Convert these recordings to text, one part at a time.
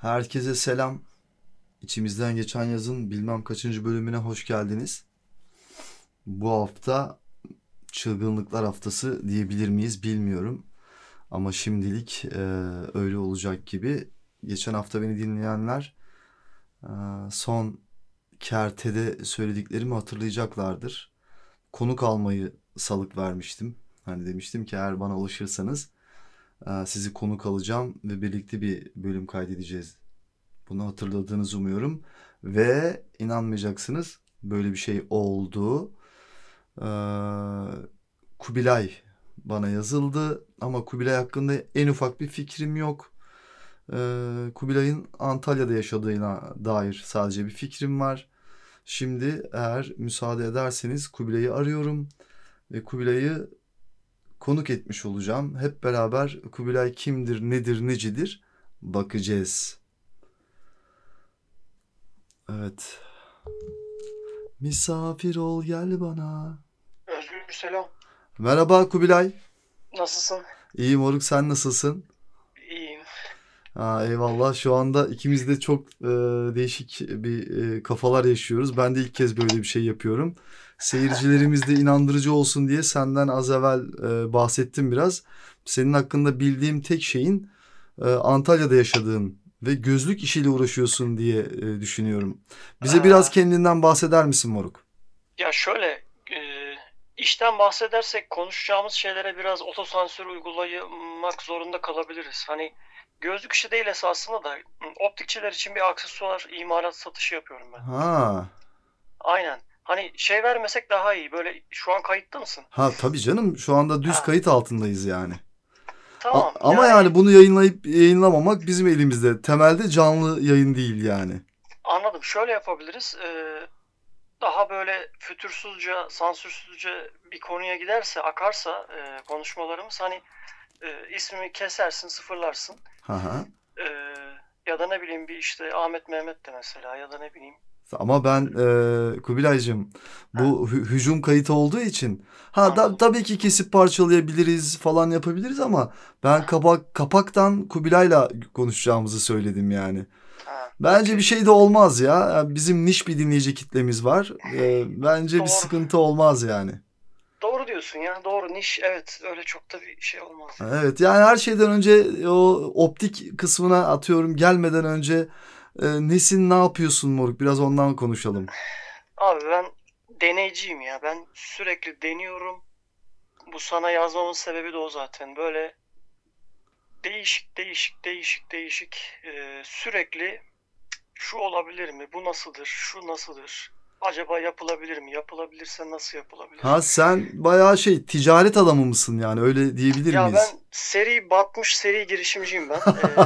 Herkese selam. İçimizden geçen yazın bilmem kaçıncı bölümüne hoş geldiniz. Bu hafta çılgınlıklar haftası diyebilir miyiz bilmiyorum. Ama şimdilik öyle olacak gibi. Geçen hafta beni dinleyenler e, son kertede söylediklerimi hatırlayacaklardır. Konuk almayı salık vermiştim. Hani demiştim ki eğer bana alışırsanız sizi konuk alacağım ve birlikte bir bölüm kaydedeceğiz. Bunu hatırladığınızı umuyorum. Ve inanmayacaksınız böyle bir şey oldu. Ee, Kubilay bana yazıldı ama Kubilay hakkında en ufak bir fikrim yok. Kubilay'ın Antalya'da yaşadığına dair sadece bir fikrim var. Şimdi eğer müsaade ederseniz Kubilay'ı arıyorum ve Kubilay'ı konuk etmiş olacağım. Hep beraber Kubilay kimdir, nedir, necidir bakacağız. Evet. Misafir ol gel bana. Özgür selam. Merhaba Kubilay. Nasılsın? İyi moruk, sen nasılsın? İyiyim. Eyvallah, şu anda ikimiz de çok değişik bir kafalar yaşıyoruz. Ben de ilk kez böyle bir şey yapıyorum. Seyircilerimiz de inandırıcı olsun diye senden az evvel bahsettim biraz. Senin hakkında bildiğim tek şeyin Antalya'da yaşadığın ve gözlük işiyle uğraşıyorsun diye düşünüyorum. Bize biraz Ee, kendinden bahseder misin moruk? Ya şöyle, işten bahsedersek konuşacağımız şeylere biraz otosansür uygulamak zorunda kalabiliriz. Hani gözlük işi değil esasında da optikçiler için bir aksesuar imalat satışı yapıyorum ben. Ha. Aynen. Hani şey vermesek daha iyi. Böyle şu an kayıtta mısın? Ha tabii canım, şu anda düz Ha, kayıt altındayız yani. tamam. Ama yani Yani bunu yayınlayıp yayınlamamak bizim elimizde. Temelde canlı yayın değil yani. anladım. Şöyle yapabiliriz. Daha böyle fütursuzca, sansürsüzce bir konuya giderse, akarsa konuşmalarımız hani ismimi kesersin, sıfırlarsın. Ha ha. E, Ya da ne bileyim bir işte Ahmet Mehmet de mesela ya da ne bileyim. Ama ben Kubilaycığım, Ha, bu hücum kayıtı olduğu için anladım. tabii ki kesip parçalayabiliriz falan yapabiliriz ama ben kapaktan Kubilay'la konuşacağımızı söyledim yani. Ha, Bence bir okey. şey de olmaz ya. Yani bizim niş bir dinleyici kitlemiz var. Bence bir Doğru. sıkıntı olmaz yani. Doğru diyorsun ya. Doğru niş. Evet. Öyle çok da bir şey olmaz yani. Evet, yani her şeyden önce o optik kısmına atıyorum gelmeden önce nesin, ne yapıyorsun moruk, biraz ondan konuşalım. Abi ben deneyciyim ya. Ben sürekli deniyorum. Bu sana yazmamın sebebi de o zaten. Böyle değişik değişik değişik değişik sürekli şu olabilir mi? Bu nasıldır? Şu nasıldır? Acaba yapılabilir mi? Yapılabilirse nasıl yapılabilir? Ha, sen bayağı ticaret adamı mısın yani, öyle diyebilir Ya miyiz? ben seri batmış seri girişimciyim ben.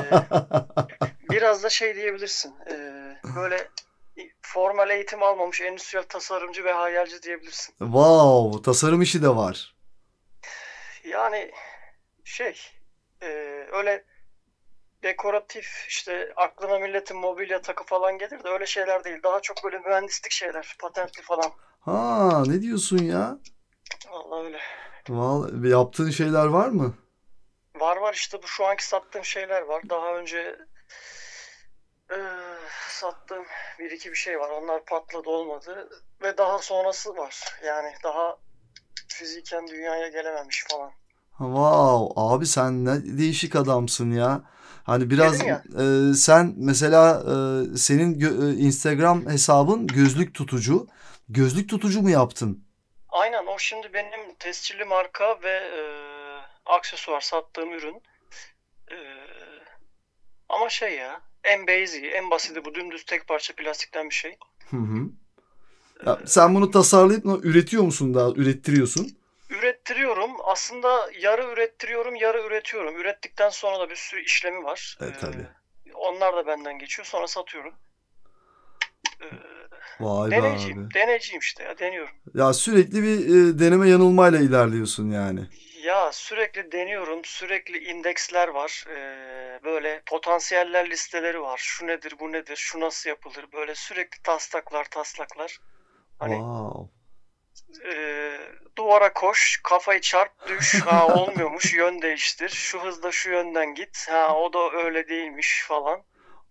Biraz da şey diyebilirsin. Böyle formal eğitim almamış endüstriyel tasarımcı ve hayalci diyebilirsin. Wow, tasarım işi de var. Yani şey e, öyle dekoratif işte aklına milletin mobilya takı falan gelir de öyle şeyler değil. Daha çok böyle mühendislik şeyler, patentli falan. Ha, ne diyorsun ya? Vallahi öyle. Vallahi yaptığın şeyler var mı? Var var işte bu şu anki sattığım şeyler var. Daha önce sattığım bir iki bir şey var. Onlar patladı olmadı. Ve daha sonrası var. Yani daha fiziken dünyaya gelememiş falan. Wow, abi sen ne değişik adamsın ya. Hani biraz Dedim ya. sen mesela senin Instagram hesabın gözlük tutucu. Gözlük tutucu mu yaptın? Aynen o şimdi benim tescilli marka ve aksesuar sattığım ürün. E, Ama şey ya en basic, en basiti bu dümdüz tek parça plastikten bir şey. Hı hı. Ya, E, sen bunu tasarlayıp üretiyor musun, daha ürettiriyorsun? Ürettiriyorum. Aslında yarı ürettiriyorum, yarı üretiyorum. Ürettikten sonra da bir sürü işlemi var. Tabii. Onlar da benden geçiyor. Sonra satıyorum. Ee, Vay be Deneyiciyim. abi. Deneyiciyim işte ya. Deniyorum. Ya sürekli bir deneme yanılmayla ilerliyorsun yani. Ya sürekli deniyorum. Sürekli indeksler var. Böyle potansiyeller listeleri var. Şu nedir, bu nedir, şu nasıl yapılır. Böyle sürekli taslaklar, taslaklar. Hani Wow. duvara koş, kafayı çarp, düş. Ha olmuyormuş, yön değiştir. Şu hızda şu yönden git. Ha o da öyle değilmiş falan.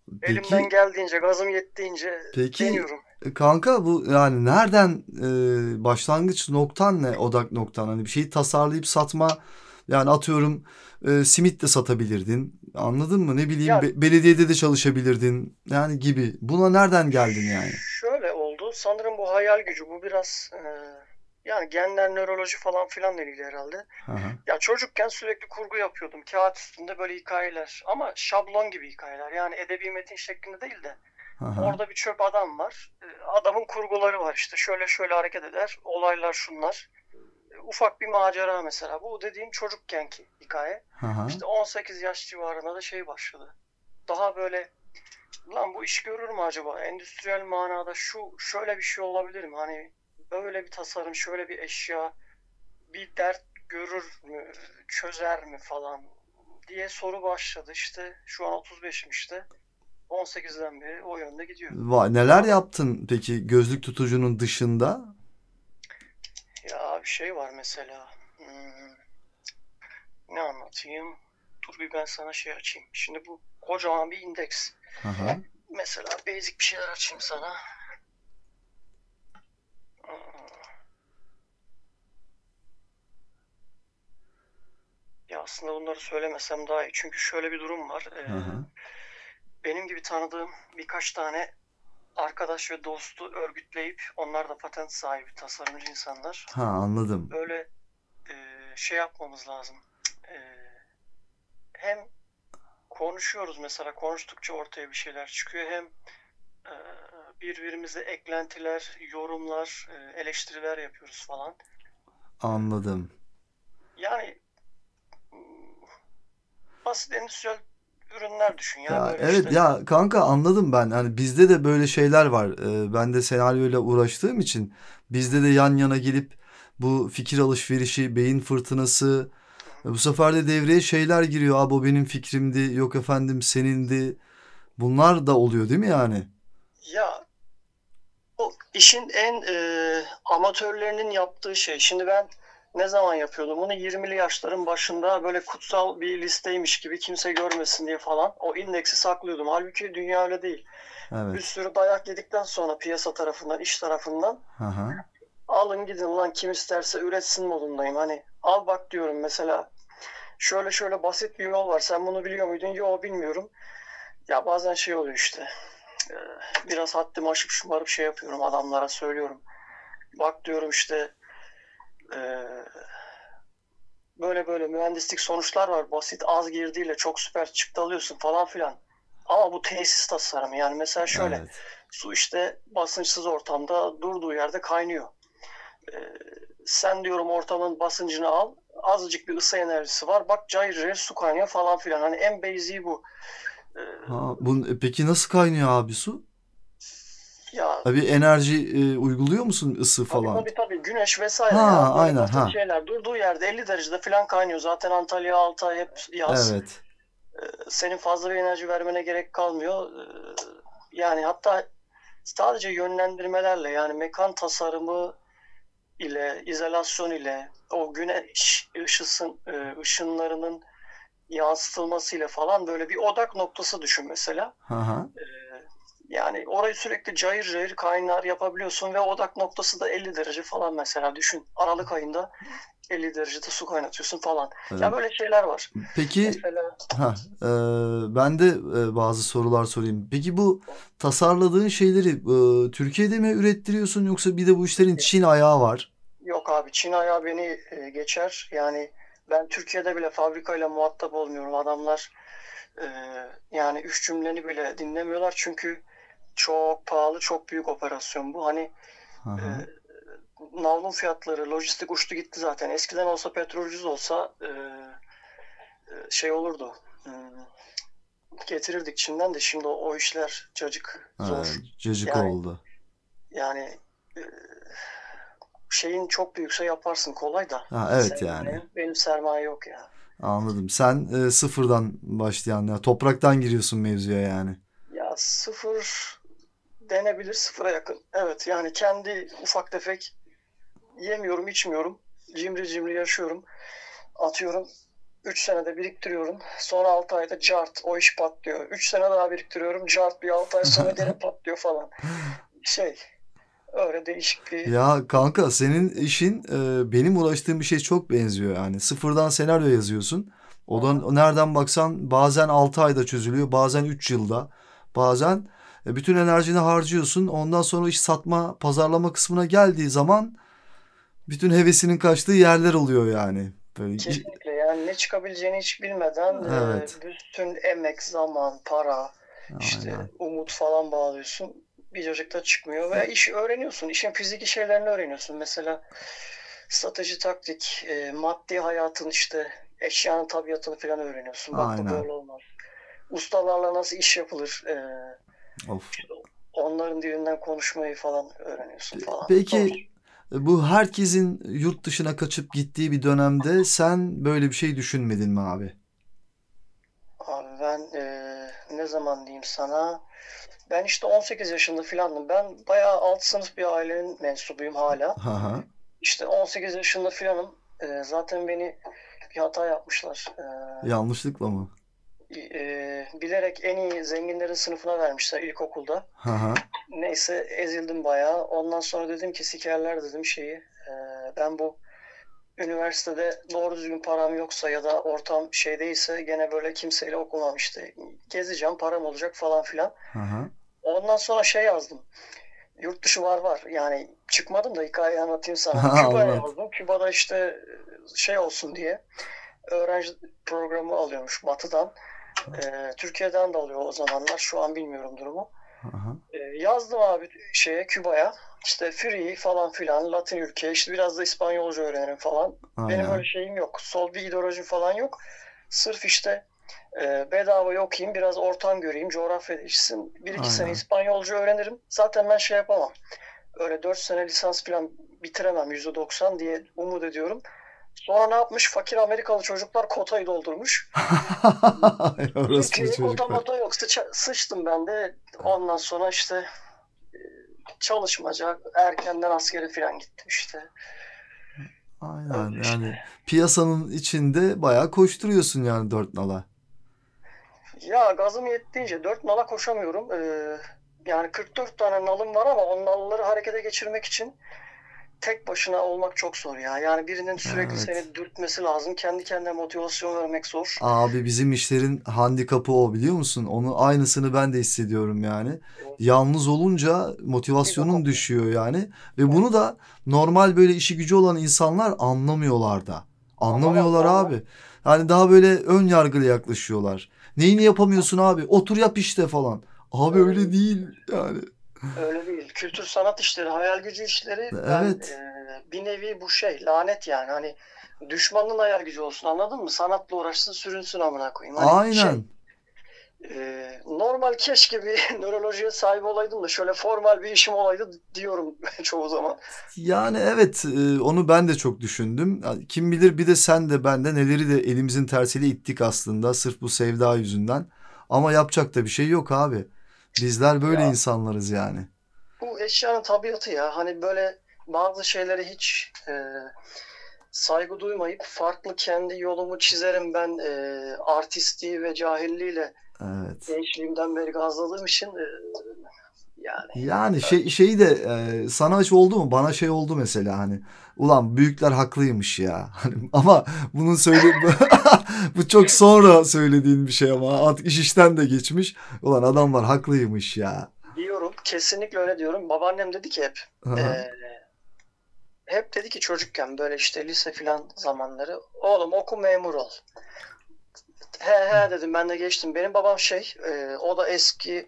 Elimden Peki geldiğince, gazım yettiğince peki deniyorum. kanka, bu yani nereden, başlangıç noktan ne, odak noktan? Hani bir şeyi tasarlayıp satma, yani atıyorum, simit de satabilirdin. Anladın mı? Ne bileyim, Ya belediyede de çalışabilirdin. Yani gibi. Buna nereden geldin yani? şöyle oldu. Sanırım bu hayal gücü, bu biraz yani genler, nöroloji falan filan ilgili herhalde. Hı hı. Ya çocukken sürekli kurgu yapıyordum. Kağıt üstünde böyle hikayeler ama şablon gibi hikayeler. Yani edebi metin şeklinde değil de Hı hı. orada bir çöp adam var. Adamın kurguları var işte. Şöyle şöyle hareket eder. Olaylar şunlar. Ufak bir macera mesela. Bu dediğim çocukkenki hikaye. Hı hı. İşte 18 yaş civarında da şey başladı. Daha böyle, lan bu iş görür mü acaba? Endüstriyel manada şu şöyle bir şey olabilir mi? Hani böyle bir tasarım, şöyle bir eşya bir dert görür mü, çözer mi falan diye soru başladı. İşte şu an 35'im işte. 18'den beri o yönde gidiyor. Neler Ama yaptın peki gözlük tutucunun dışında? ya bir şey var mesela. Ne anlatayım? Dur bir ben sana şey açayım. Şimdi bu kocaman bir indeks. Hı hı. Mesela basic bir şeyler açayım sana. Hmm, Ya aslında bunları söylemesem daha iyi. Çünkü şöyle bir durum var. Hı hı. Benim gibi tanıdığım birkaç tane arkadaş ve dostu örgütleyip onlar da patent sahibi tasarımcı insanlar. Ha, anladım. Böyle şey yapmamız lazım. E, Hem konuşuyoruz mesela konuştukça ortaya bir şeyler çıkıyor. Hem e, birbirimize eklentiler, yorumlar, eleştiriler yapıyoruz falan. E, Anladım. Yani mm, basit endüstriyel ürünler düşün ya Ya böyle evet işte. ya kanka, anladım ben. Hani bizde de böyle şeyler var. Ben de senaryoyla uğraştığım için bizde de yan yana gelip bu fikir alışverişi, beyin fırtınası, bu sefer de devreye şeyler giriyor. Abi, o benim fikrimdi, yok efendim senindi. Bunlar da oluyor değil mi yani? Ya o işin en amatörlerinin yaptığı şey. Şimdi ben ne zaman yapıyordum bunu? 20'li yaşların başında böyle kutsal bir listeymiş gibi kimse görmesin diye falan o indeksi saklıyordum. Halbuki dünya öyle değil. Bir Evet. sürü dayak yedikten sonra piyasa tarafından, iş tarafından Hı hı. alın gidin lan kim isterse üretsin modundayım. Hani al bak diyorum mesela şöyle şöyle basit bir yol var. Sen bunu biliyor muydun? Yok bilmiyorum. Ya bazen şey oluyor işte. e, Biraz haddimi aşıp şımarıp şey yapıyorum adamlara söylüyorum. Bak diyorum işte Ee, böyle böyle mühendislik sonuçlar var. Basit az girdiyle çok süper çıktı alıyorsun falan filan. Ama bu tesis tasarımı yani mesela şöyle Evet. su işte basınçsız ortamda durduğu yerde kaynıyor. Ee, Sen diyorum ortamın basıncını al. Azıcık bir ısı enerjisi var. Bak cayır cayır su kaynıyor falan filan. Hani en basic'i bu. Ee, Ha, peki nasıl kaynıyor abi su? Ya Abi, enerji uyguluyor musun, ısı tabii falan? tabii tabii güneş vesaire Ha, ya. Böyle aynen basit ha. şeyler. Durduğu yerde 50 derecede falan kaynıyor. Zaten Antalya, Altay hep yaz. Evet. Senin fazla bir enerji vermene gerek kalmıyor. Yani hatta sadece yönlendirmelerle yani mekan tasarımı ile, izolasyon ile, o güneş ışınlarının yansıtılmasıyla falan böyle bir odak noktası düşün mesela. Ha ha. Yani orayı sürekli cayır cayır kaynar yapabiliyorsun ve odak noktası da 50 derece falan mesela düşün. Aralık ayında 50 derecede su kaynatıyorsun falan. Ya Evet. böyle şeyler var. Peki, Mesela ha, ben de bazı sorular sorayım. Peki bu tasarladığın şeyleri Türkiye'de mi ürettiriyorsun, yoksa bir de bu işlerin Çin ayağı var? yok abi Çin ayağı beni geçer. Yani ben Türkiye'de bile fabrikayla muhatap olmuyorum. Adamlar e, yani üç cümleni bile dinlemiyorlar. Çünkü çok pahalı, çok büyük operasyon bu. Hani Hı e, hı. navlun fiyatları, lojistik uçtu gitti zaten. Eskiden olsa petrol ucuz olsa şey olurdu. Getirirdik Çin'den de şimdi o işler cacık zor. Cacık Yani oldu. yani e, şeyin çok büyükse yaparsın kolay da Ha, evet yani. sermaye benim sermaye yok ya. Anladım. Sen sıfırdan başlayan, ya topraktan giriyorsun mevzuya yani. Ya sıfır denebilir sıfıra yakın. Evet yani kendi ufak tefek yemiyorum içmiyorum. Cimri cimri yaşıyorum. Atıyorum 3 senede biriktiriyorum. Sonra 6 ayda cart o iş patlıyor. 3 sene daha biriktiriyorum. Cart bir 6 ay sonra gene patlıyor falan. Şey öyle değişik bir Ya kanka senin işin benim uğraştığım bir şey çok benziyor yani. Sıfırdan senaryo yazıyorsun. O da aha, nereden baksan bazen 6 ayda çözülüyor, bazen 3 yılda. Bazen bütün enerjini harcıyorsun. Ondan sonra iş satma, pazarlama kısmına geldiği zaman bütün hevesinin kaçtığı yerler oluyor yani. Böyle kesinlikle yani ne çıkabileceğini hiç bilmeden evet. bütün emek, zaman, para, işte Aynen. umut falan bağlıyorsun. Bir çocukta çıkmıyor ve işi öğreniyorsun. İşin fiziki şeylerini öğreniyorsun. Mesela strateji, taktik, maddi hayatın işte eşyanın tabiatını falan öğreniyorsun. Bak bu Aynen. böyle olmaz. Ustalarla nasıl iş yapılır? Of. İşte onların dilinden konuşmayı falan öğreniyorsun falan. Zor. Peki bu herkesin yurt dışına kaçıp gittiği bir dönemde sen böyle bir şey düşünmedin mi abi? Abi ben ne zaman diyeyim sana? Ben işte 18 yaşında filandım. Ben bayağı alt sınıf bir ailenin mensubuyum hala. Ha ha. İşte 18 yaşında filanım. Zaten beni bir hata yapmışlar. Yanlışlıkla mı? Bilerek en iyi zenginlerin sınıfına vermişler ilkokulda. Ha ha. Neyse ezildim bayağı. Ondan sonra dedim ki sikerler dedim şeyi. Ben bu üniversitede doğru düzgün param yoksa ya da ortam şey değilse gene böyle kimseyle okumam işte. Gezeceğim, param olacak falan filan. Ha ha. Ondan sonra şey yazdım. Yurt dışı var. Yani çıkmadım da hikayeyi anlatayım sana. Küba'ya Anlat. yazdım. Küba'da işte şey olsun diye öğrenci programı alıyormuş Batı'dan. Türkiye'den de alıyor o zamanlar. Şu an bilmiyorum durumu. Ha ha. Yazdım abi şeye Küba'ya. İşte free falan filan Latin ülke işte biraz da İspanyolca öğrenirim falan. Benim öyle Aynen. şeyim yok. Sol bir ideoloji falan yok. Sırf işte bedava okuyayım, biraz ortam göreyim, coğrafya değişsin. Bir iki sene Aynen. İspanyolca öğrenirim. Zaten ben şey yapamam. Öyle 4 sene lisans falan bitiremem %90 diye umut ediyorum. Sonra ne yapmış? Fakir Amerikalı çocuklar kotayı doldurmuş. Orospu Türkiye'ye kota çocuklar. mota yok. Sıçtım ben de. Ondan sonra işte çalışmaca, erkenden askere falan gittim işte. Öyle Aynen işte. yani piyasanın içinde bayağı koşturuyorsun yani dört nala. Ya gazım yettiğince 4 nala koşamıyorum. Yani 44 tane nalım var ama o nalları harekete geçirmek için tek başına olmak çok zor ya. Yani birinin sürekli Evet. seni dürtmesi lazım. Kendi kendine motivasyon vermek zor. Abi bizim işlerin handikapı o biliyor musun? Onu aynısını ben de hissediyorum yani. Evet, Yalnız olunca bir bok motivasyonun oluyor. düşüyor yani. Ve Evet. bunu da normal böyle işi gücü olan insanlar anlamıyorlar da. Anlamıyorlar Anlamazlar mı? abi. Yani daha böyle ön yargılı yaklaşıyorlar. Neyini yapamıyorsun abi? Otur yap işte falan. Abi Öyle öyle değil. değil yani. Öyle değil. Kültür sanat işleri, hayal gücü işleri ben Evet. bir nevi bu şey lanet yani. Hani düşmanın hayal gücü olsun anladın mı? Sanatla uğraşsın sürünsün amına koyayım. Hani şey Aynen. normal keşke bir nörolojiye sahip olaydım da şöyle formal bir işim olaydı diyorum çoğu zaman. Yani evet onu ben de çok düşündüm. Kim bilir bir de sen de ben de neleri de elimizin tersiyle ittik aslında sırf bu sevda yüzünden. Ama yapacak da bir şey yok abi. Bizler böyle Ya insanlarız yani. bu eşyanın tabiatı ya. Hani böyle bazı şeylere hiç saygı duymayıp farklı kendi yolumu çizerim ben artistliği ve cahilliğiyle Evet. gençliğimden beri gazladığım için yani Yani öyle. şeyi de sana hiç oldu mu? Bana şey oldu mesela hani ulan büyükler haklıymış ya. Hani ama bunun söyle bu çok sonra söylediğin bir şey ama artık iş işten de geçmiş. Ulan adamlar haklıymış ya. Diyorum kesinlikle öyle diyorum. Babaannem dedi ki Hı hı. e, hep dedi ki çocukken böyle işte lise filan zamanları oğlum oku memur ol. He he dedim ben de geçtim. Benim babam şey o da eski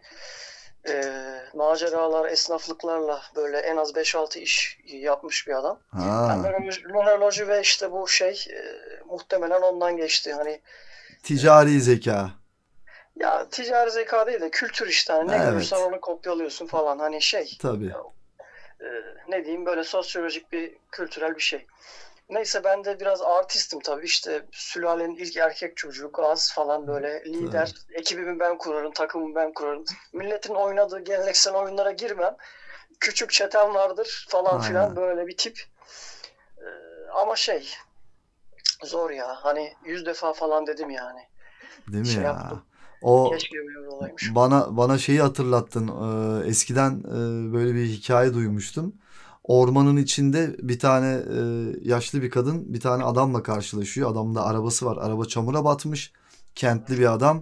maceralar, esnaflıklarla böyle en az 5-6 iş yapmış bir adam. Yani Ha. nöroloji ve işte bu şey muhtemelen ondan geçti. Hani e, Ticari zeka. ya ticari zeka değil de kültür işte. Hani ne görürsen Evet. onu kopyalıyorsun falan. Hani şey Tabii. e, ne diyeyim böyle sosyolojik bir kültürel bir şey. Neyse ben de biraz artistim tabii işte sülalenin ilk erkek çocuğu gaz falan böyle Tabii. lider ekibimi ben kurarım takımımı ben kurarım milletin oynadığı geleneksel oyunlara girmem küçük çetem vardır falan filan Aynen. böyle bir tip. Ee, ama şey Zor ya. Hani 100 defa falan dedim yani. Değil mi Şey ya? yaptım. O Keşke memur olaymışım. bana şeyi hatırlattın. Eskiden böyle bir hikaye duymuştum. Ormanın içinde bir tane yaşlı bir kadın bir tane adamla karşılaşıyor. Adamın da arabası var. Araba çamura batmış. Kentli bir adam.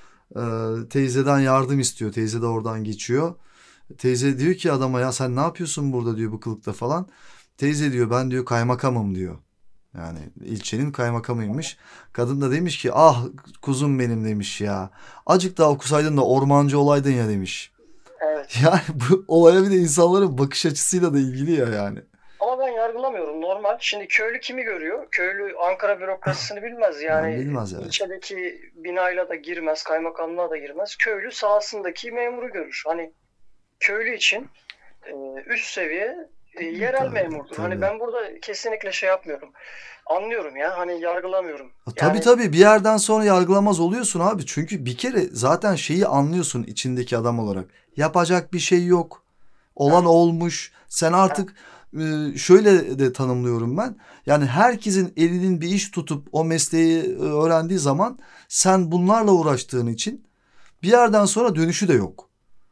Teyzeden yardım istiyor. Teyze de oradan geçiyor. Teyze diyor ki adama ya sen ne yapıyorsun burada diyor bu kılıkta falan. Teyze diyor ben diyor kaymakamım diyor. Yani ilçenin kaymakamıymış. Kadın da demiş ki ah kuzum benim demiş ya. Acık daha okusaydın da ormancı olaydın ya demiş. Evet. Yani bu olaya bir de insanların bakış açısıyla da ilgili ya yani. Ama ben yargılamıyorum, normal. Şimdi köylü kimi görüyor? Köylü Ankara bürokrasisini bilmez. Yani Yani bilmez evet. ilçedeki binayla da girmez, kaymakamlığa da girmez. Köylü sahasındaki memuru görür. Hani köylü için e, üst seviye yerel Tabii memurdur. Hani tabii. ben burada kesinlikle şey yapmıyorum. Anlıyorum ya, hani yargılamıyorum. Tabii Yani tabii bir yerden sonra yargılamaz oluyorsun abi. Çünkü bir kere zaten şeyi anlıyorsun içindeki adam olarak. Yapacak bir şey yok. Olan heh, olmuş. Sen heh, artık şöyle de tanımlıyorum ben. Yani herkesin elinin bir iş tutup o mesleği öğrendiği zaman sen bunlarla uğraştığın için bir yerden sonra dönüşü de yok.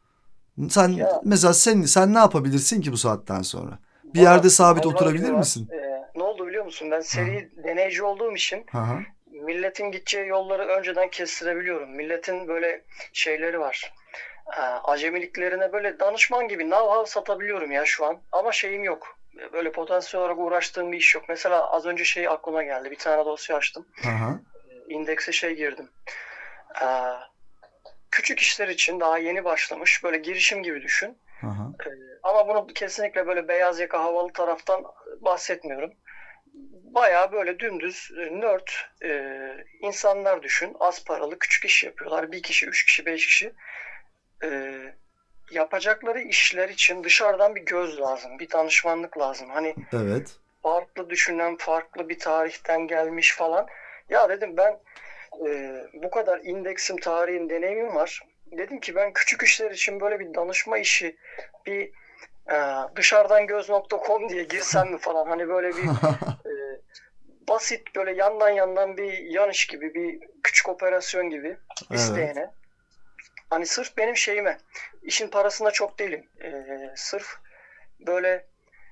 Sen ya mesela sen ne yapabilirsin ki bu saatten sonra? Bir valla yerde sabit sınavlar oturabilir günü var. misin? Ne oldu biliyor musun? Ben Ha seri deneyici olduğum için ha milletin gideceği yolları önceden kestirebiliyorum. Milletin böyle şeyleri var. Acemiliklerine böyle danışman gibi know-how satabiliyorum ya şu an. Ama şeyim yok. Böyle potansiyel olarak uğraştığım bir iş yok. Mesela az önce şey aklıma geldi. Bir tane dosya açtım. ha ha İndekse şey girdim. Ee, Küçük işler için daha yeni başlamış. Böyle girişim gibi düşün. ha Ee, Ama bunu kesinlikle böyle beyaz yaka havalı taraftan bahsetmiyorum. Bayağı böyle dümdüz nerd insanlar düşün. Az paralı küçük iş yapıyorlar. Bir kişi, üç kişi, beş kişi. E, Yapacakları işler için dışarıdan bir göz lazım. Bir danışmanlık lazım. Hani evet. farklı düşünen, farklı bir tarihten gelmiş falan. Ya dedim ben bu kadar indeksim, tarihin, deneyimim var. Dedim ki ben küçük işler için böyle bir danışma işi, bir dışarıdan göz.com diye girsem mi falan. Hani böyle bir e, basit böyle yandan bir yan iş gibi, bir küçük operasyon gibi Evet. isteyene. Hani sırf benim şeyime, işin parasında çok değilim. Sırf böyle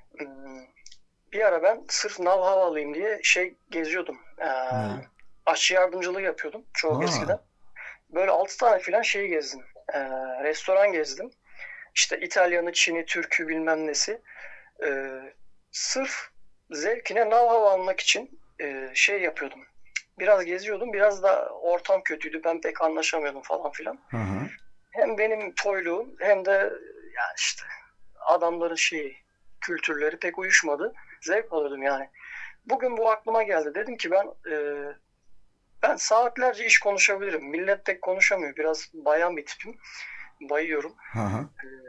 bir ara ben sırf nav alayım diye şey geziyordum. Ney? Aşçı yardımcılığı yapıyordum çok eskiden. Ha. Böyle 6 tane falan şey gezdim. Restoran gezdim. İşte İtalyanı, Çin'i, Türk'ü bilmem nesi. Ee, Sırf zevkine nav almak için şey yapıyordum. Biraz geziyordum. Biraz da ortam kötüydü. Ben pek anlaşamıyordum falan filan. Ha ha. Hem benim toyluğum hem de ya işte adamların şeyi, kültürleri pek uyuşmadı. Zevk alıyordum yani. Bugün bu aklıma geldi. Dedim ki ben saatlerce iş konuşabilirim. Millet pek konuşamıyor. Biraz bayan bir tipim. Bayıyorum. Ha ha.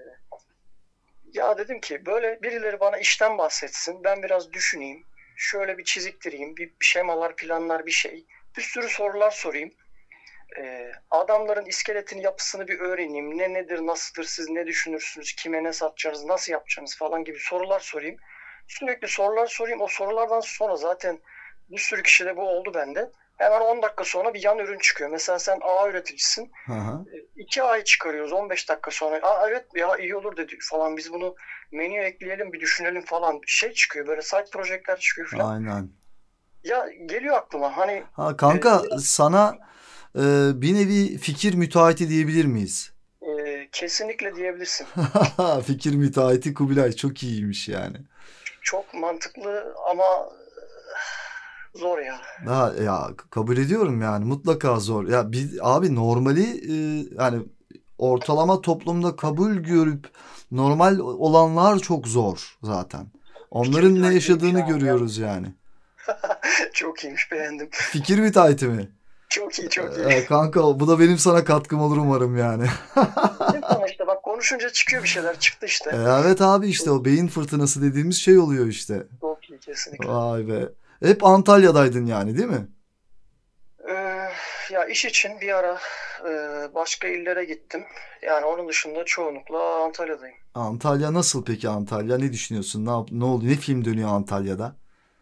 Ya dedim ki böyle birileri bana işten bahsetsin. Ben biraz düşüneyim. Şöyle bir çiziktireyim. Bir şemalar, planlar bir şey. Bir sürü sorular sorayım. Adamların iskeletin yapısını bir öğreneyim. Ne nedir, nasıldır, siz ne düşünürsünüz, kime ne satacaksınız, nasıl yapacaksınız falan gibi sorular sorayım. Sürekli sorular sorayım. O sorulardan sonra zaten bir sürü kişide bu oldu bende. Hemen 10 dakika sonra bir yan ürün çıkıyor. Mesela sen A üreticisin. Ha ha. 2 ay çıkarıyoruz 15 dakika sonra. Aa, evet ya iyi olur dedik falan. Biz bunu menüye ekleyelim bir düşünelim falan. Şey çıkıyor böyle side projeler çıkıyor falan. Aynen. Ya geliyor aklıma hani Ha kanka biraz sana bir nevi fikir müteahhiti diyebilir miyiz? kesinlikle diyebilirsin. Fikir müteahhiti Kubilay çok iyiymiş yani. Çok mantıklı ama zor ya. Ha, ya kabul ediyorum yani mutlaka zor. Ya biz abi normali yani ortalama toplumda kabul görüp normal olanlar çok zor zaten. Fikir Onların ne müteahhitiymiş yaşadığını ha. görüyoruz yani. Çok iyiymiş, beğendim. Fikir müteahhiti mi? Çok iyi, çok iyi. Kanka bu da benim sana katkım olur umarım yani. Dedim sana işte bak, konuşunca çıkıyor bir şeyler, çıktı işte. Evet abi işte Çok o beyin fırtınası dediğimiz şey oluyor işte. çok iyi kesinlikle. Vay be. Hep Antalya'daydın yani değil mi? Ee, Ya iş için bir ara başka illere gittim. Yani onun dışında çoğunlukla Antalya'dayım. Antalya nasıl peki Antalya? Ne düşünüyorsun? Ne oldu? Ne film dönüyor Antalya'da?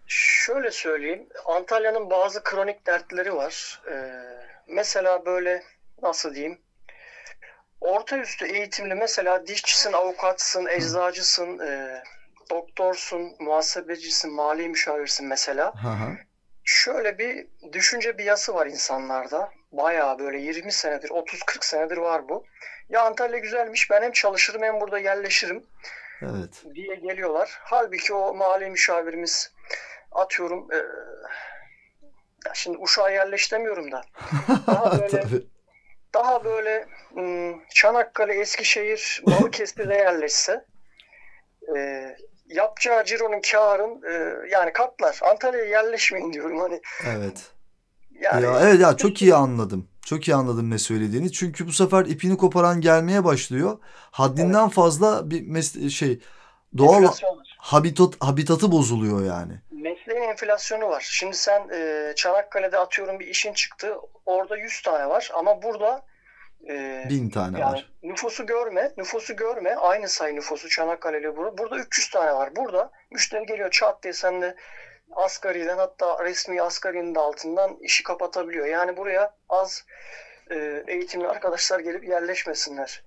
Şöyle söyleyeyim. Antalya'nın bazı kronik dertleri var. Mesela böyle nasıl diyeyim? Orta üstü eğitimli mesela dişçisin, avukatsın, Ha eczacısın, doktorsun, muhasebecisin, mali müşavirsin mesela. ha ha. Şöyle bir düşünce biası var insanlarda. Bayağı böyle 20 senedir, 30-40 senedir var bu. Ya Antalya güzelmiş, ben hem çalışırım hem burada yerleşirim Evet. diye geliyorlar. Halbuki o mali müşavirimiz atıyorum, ya şimdi Uşak'a yerleş demiyorum da daha böyle Tabii. daha böyle Çanakkale, Eskişehir, Balıkesir'e yerleşse yapacağı cironun karın yani katlar. Antalya'ya yerleşmeyin diyorum hani Evet. Ya yani evet ya çok iyi anladım. Çok iyi anladım ne söylediğini. Çünkü bu sefer ipini koparan gelmeye başlıyor. evet, Haddinden fazla bir doğal enflasyon var. habitatı bozuluyor yani. Mesleğin enflasyonu var. Şimdi sen Çanakkale'de atıyorum bir işin çıktı. Orada 100 tane var ama burada e, 1000 tane yani var. nüfusu görme. Aynı sayı nüfusu Çanakkale'yle burada. Burada 300 tane var. Burada müşteri geliyor çat diye seninle asgariden hatta resmi asgarinin de altından işi kapatabiliyor. Yani buraya az eğitimli arkadaşlar gelip yerleşmesinler.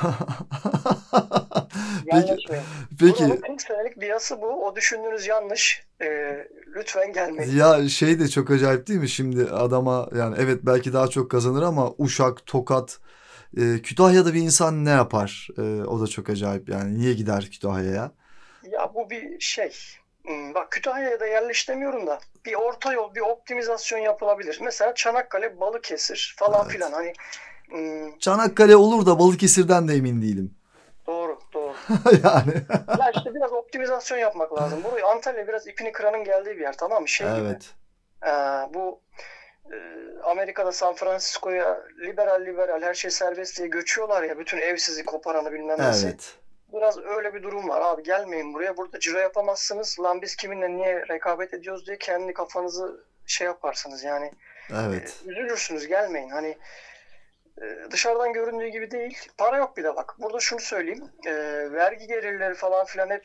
Peki Yerleşmeyin. Buranın peki 40 senelik biyası bu. O düşündüğünüz yanlış. Lütfen gelmeyin. ya şey de çok acayip değil mi şimdi adama yani evet belki daha çok kazanır ama Uşak, Tokat, Kütahya'da bir insan ne yapar? O da çok acayip yani niye gider Kütahya'ya? Ya bu bir şey. Bak Kütahya'ya da yerleş demiyorum da bir orta yol, bir optimizasyon yapılabilir. Mesela Çanakkale, Balıkesir falan filan. Evet. Hani Çanakkale olur da Balıkesir'den de emin değilim. doğru, doğru. Yani. Ya işte biraz optimizasyon yapmak lazım. Burayı Antalya biraz ipini kıranın geldiği bir yer tamam mı? Şey gibi. Evet. Ee, bu e, Amerika'da San Francisco'ya liberal liberal her şey serbest diye göçüyorlar ya bütün evsizi koparanı bilmem nesi. Evet. Biraz öyle bir durum var abi gelmeyin buraya burada ciro yapamazsınız. Lan biz kiminle niye rekabet ediyoruz diye kendi kafanızı şey yaparsınız yani Evet. üzülürsünüz gelmeyin. Hani dışarıdan göründüğü gibi değil. Para yok bir de bak. Burada şunu söyleyeyim. Vergi gelirleri falan filan hep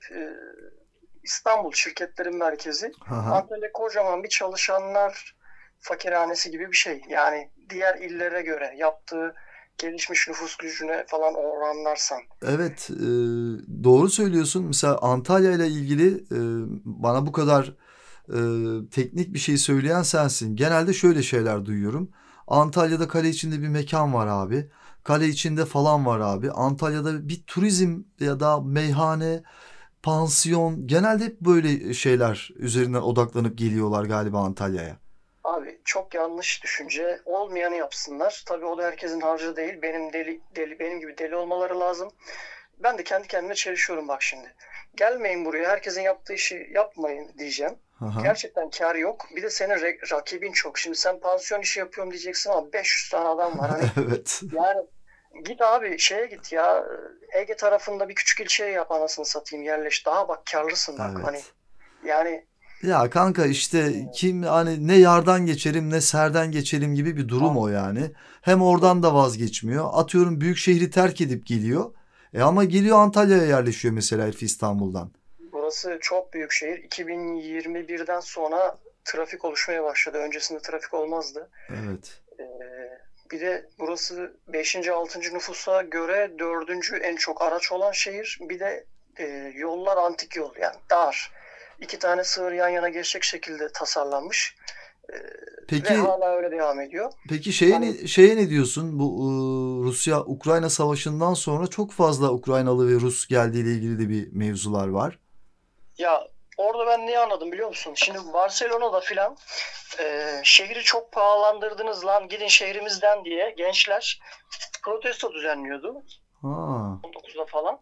İstanbul şirketlerin merkezi. Haha. Antalya kocaman bir çalışanlar fakirhanesi gibi bir şey. Yani diğer illere göre yaptığı gelişmiş nüfus gücüne falan oranlarsan. Evet, doğru söylüyorsun. Mesela Antalya ile ilgili bana bu kadar e, teknik bir şey söyleyen sensin. Genelde şöyle şeyler duyuyorum. Antalya'da kale içinde bir mekan var abi. Kale içinde falan var abi. Antalya'da bir turizm ya da meyhane, pansiyon genelde hep böyle şeyler üzerinden odaklanıp geliyorlar galiba Antalya'ya. Abi çok yanlış düşünce. Olmayanı yapsınlar. Tabii o da herkesin harcı değil. Benim gibi deli olmaları lazım. Ben de kendi kendime çelişiyorum bak şimdi. Gelmeyin buraya. Herkesin yaptığı işi yapmayın diyeceğim. Haha. Gerçekten kar yok. Bir de senin rakibin çok. Şimdi sen pansiyon işi yapıyorum diyeceksin ama 500 tane adam var. Hani Evet. yani git abi şeye git ya. Ege tarafında bir küçük ilçeye yap anasını satayım yerleş. Daha bak karlısın bak. Hani Evet. yani Ya kanka işte kim hani ne yardan geçerim ne serden geçerim gibi bir durum o yani. Hem oradan da vazgeçmiyor. Atıyorum büyük şehri terk edip geliyor. Ama geliyor Antalya'ya yerleşiyor mesela herif İstanbul'dan. burası çok büyük şehir. 2021'den sonra trafik oluşmaya başladı. Öncesinde trafik olmazdı. Evet. Ee, bir de burası beşinci 6. nüfusa göre dördüncü en çok araç olan şehir. Bir de yollar antik yol yani dar. İki tane sığır yan yana geçecek şekilde tasarlanmış. Ee, ve Peki hala öyle devam ediyor. peki Hani şeye ne diyorsun? Bu Rusya-Ukrayna savaşından sonra çok fazla Ukraynalı ve Rus geldiğiyle ilgili de bir mevzular var. ya orada ben neyi anladım biliyor musun? Şimdi Barcelona'da filan şehri çok pahalandırdınız lan gidin şehrimizden diye gençler protesto düzenliyordu. Ha, 19'da falan.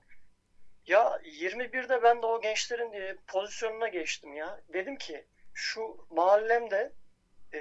Ya 21'de ben de o gençlerin pozisyonuna geçtim ya. Dedim ki şu mahallemde e,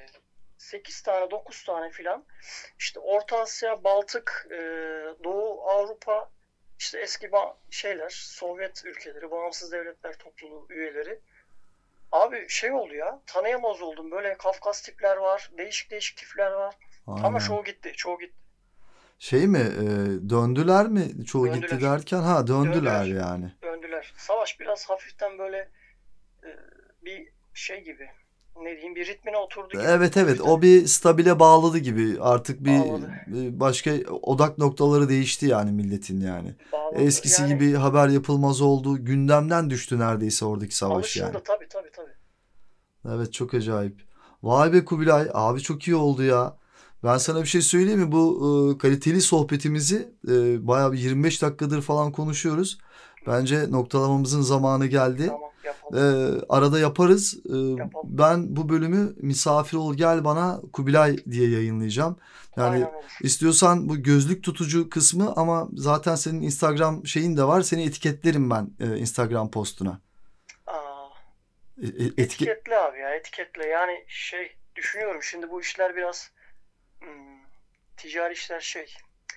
8 tane 9 tane filan işte Orta Asya, Baltık, Doğu Avrupa işte eski şeyler Sovyet ülkeleri, bağımsız devletler topluluğu üyeleri. Abi şey oldu ya tanıyamaz oldum. Böyle Kafkas tipler var. Değişik değişik tipler var. Ama aynen. çoğu gitti. Çoğu gitti. Şey mi? Döndüler mi? Çoğu gitti Döndüler. derken ha döndüler Döndüler. yani. Döndüler. Savaş biraz hafiften böyle e, bir şey gibi, ne diyeyim, bir ritmine oturdu gibi. Evet, O evet, yüzden o bir stabile bağladı gibi artık bağladı. başka odak noktaları değişti yani milletin yani. Bağladı. Eskisi Yani gibi haber yapılmaz oldu, gündemden düştü neredeyse oradaki savaş yani. alışıldı, tabii tabii tabii. Evet, çok acayip. Vay be Kubilay abi, çok iyi oldu ya. Ben sana bir şey söyleyeyim mi? Bu kaliteli sohbetimizi bayağı bir 25 dakikadır falan konuşuyoruz. Hı hı. Bence noktalamamızın zamanı geldi. Tamam, E, yapalım. Arada yaparız. Yapalım. Ben bu bölümü Misafir Ol Gel Bana Kubilay diye yayınlayacağım. Yani Aynen olur. istiyorsan bu gözlük tutucu kısmı, ama zaten senin Instagram şeyin de var. Seni etiketlerim ben Instagram postuna. Aa, Etiket etiketle abi ya, etiketle. Yani şey düşünüyorum şimdi, bu işler biraz ticari işler şey.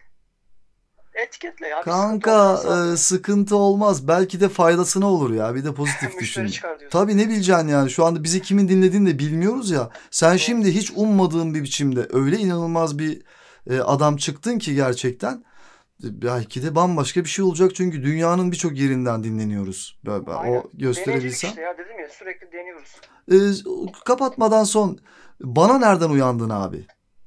Etiketle ya, bir sıkıntı Kanka, olmaz abi. sıkıntı olmaz. Belki de faydasına olur ya. Bir de pozitif Müşteri düşün. çıkar diyorsun. Tabii, ne bileceksin yani. Şu anda bizi kimin dinlediğini de bilmiyoruz ya. Sen Doğru şimdi hiç söylüyorsun. ummadığın bir biçimde öyle inanılmaz bir adam çıktın ki gerçekten. Belki de bambaşka bir şey olacak. Çünkü dünyanın birçok yerinden dinleniyoruz. Aynen. O Deneycilik gösterebilsem. işte ya, dedim ya, sürekli deniyoruz. E, Kapatmadan son, bana nereden uyandın abi?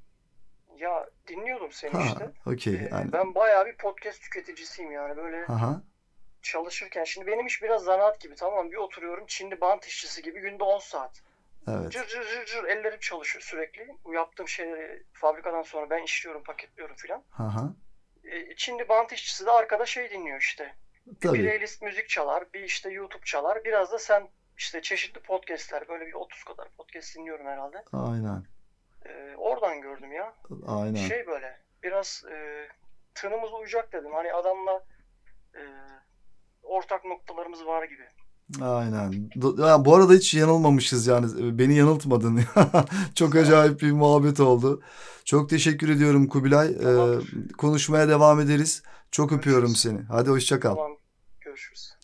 Ya dinliyordum seni Ha, işte. okey yani. Ben bayağı bir podcast tüketicisiyim yani, böyle Ha ha. çalışırken. Şimdi benim iş biraz zanaat gibi, tamam, bir oturuyorum Çinli bant işçisi gibi günde 10 saat. Evet. Cır cır cır cır ellerim çalışıyor sürekli. Bu yaptığım şeyleri fabrikadan sonra ben işliyorum, paketliyorum filan. Ha ha. Çinli bant işçisi de arkada şey dinliyor işte. Bir Tabii. playlist müzik çalar, bir işte YouTube çalar. Biraz da sen işte çeşitli podcastler, böyle bir 30 kadar podcast dinliyorum herhalde. Aynen. Oradan gördüm ya. Aynen. Şey böyle biraz tınımız uyacak dedim. Hani adamla e, ortak noktalarımız var gibi. Aynen. Ya bu arada hiç yanılmamışız yani. Beni yanıltmadın. Çok Sağ ol. acayip bir muhabbet oldu. Çok teşekkür ediyorum Kubilay. Tamamdır. Konuşmaya devam ederiz. Çok öpüyorum Görüşürüz. seni. Hadi hoşça kal. Tamam. Görüşürüz.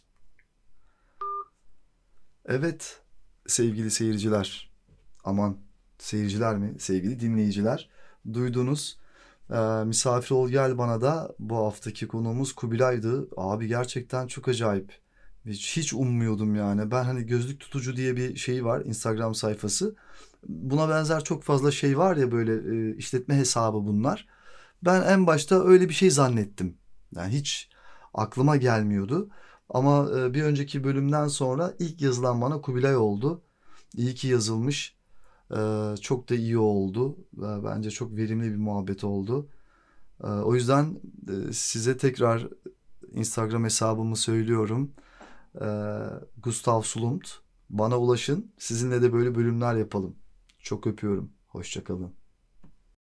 Evet, sevgili seyirciler. Aman, seyirciler mi? Sevgili dinleyiciler. Duydunuz. Misafir Ol Gel Bana da bu haftaki konuğumuz Kubilay'dı. Abi gerçekten çok acayip. Hiç ummuyordum yani. Ben hani gözlük tutucu diye bir şey var, Instagram sayfası. Buna benzer çok fazla şey var ya, böyle işletme hesabı bunlar. Ben en başta öyle bir şey zannettim. Yani hiç aklıma gelmiyordu. Ama bir önceki bölümden sonra ilk yazılan bana Kubilay oldu. İyi ki yazılmış. Çok da iyi oldu. Bence çok verimli bir muhabbet oldu. O yüzden size tekrar Instagram hesabımı söylüyorum. Gustav Sulund. Bana ulaşın. Sizinle de böyle bölümler yapalım. Çok öpüyorum. Hoşça kalın.